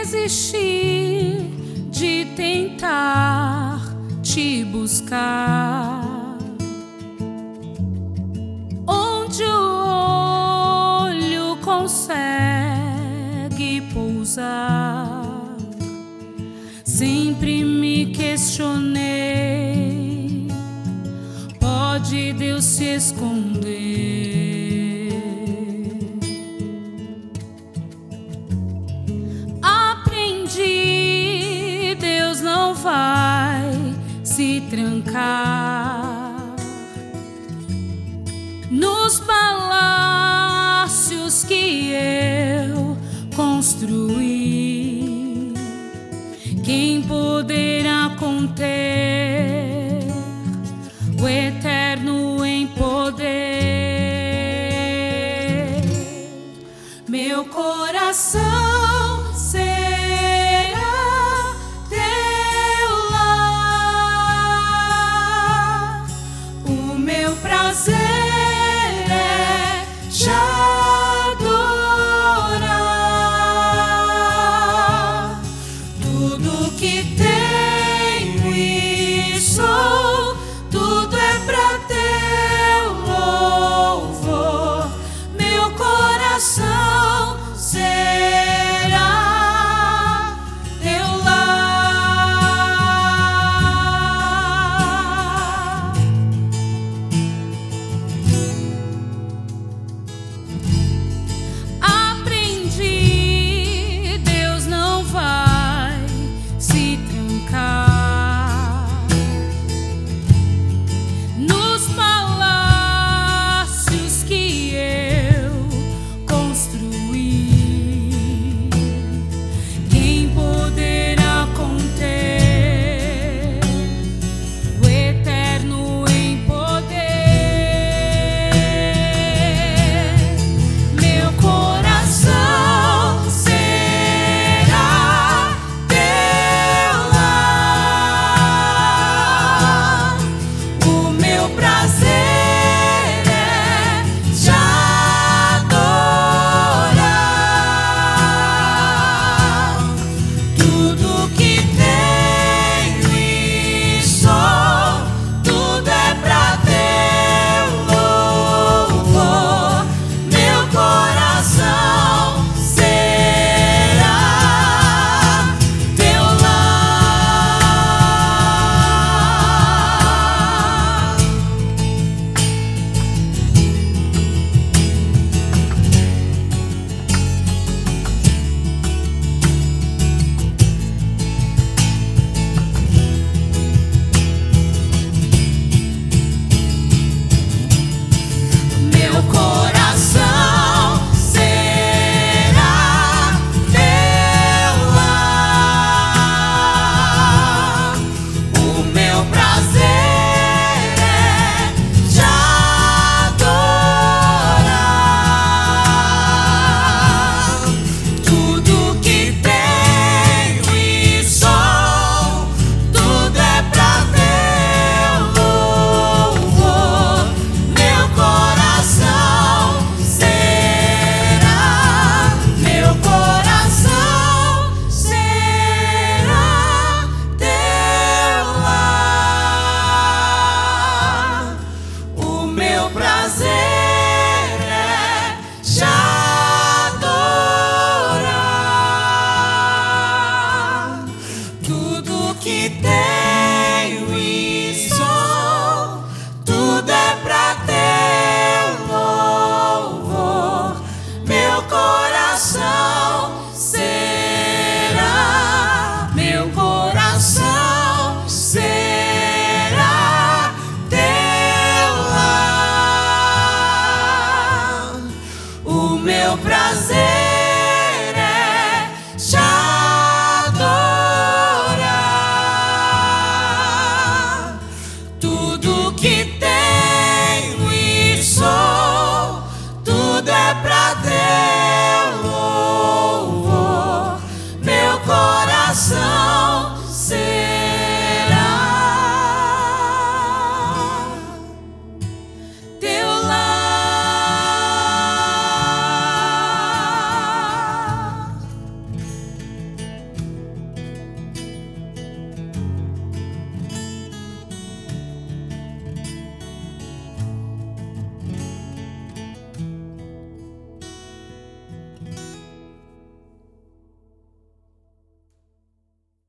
desistir de tentar te buscar. Onde o olho consegue pousar, sempre me questionei: pode Deus se esconder? Aprendi, Deus não vai se trancar nos palácios que eu construí. Quem poderá conter o eterno em poder? Meu coração será teu lar, o meu prazer é te adorar. Tudo que tenho e sou, tudo é pra teu louvor. Meu coração será teu lar. Aprendi, Deus não vai se trancar nos palácios que eu construí. Quem poderá conter o eterno em poder? Meu coração será teu lar, o meu prazer é te adorar. Tudo que tenho e sou, tudo é pra teu louvor. Meu coração será teu lar. Meu coração será teu lar, o meu prazer é te adorar. Tudo que tenho e sou, tudo é pra teu louvor. Meu coração será, meu coração será teu lar, o meu prazer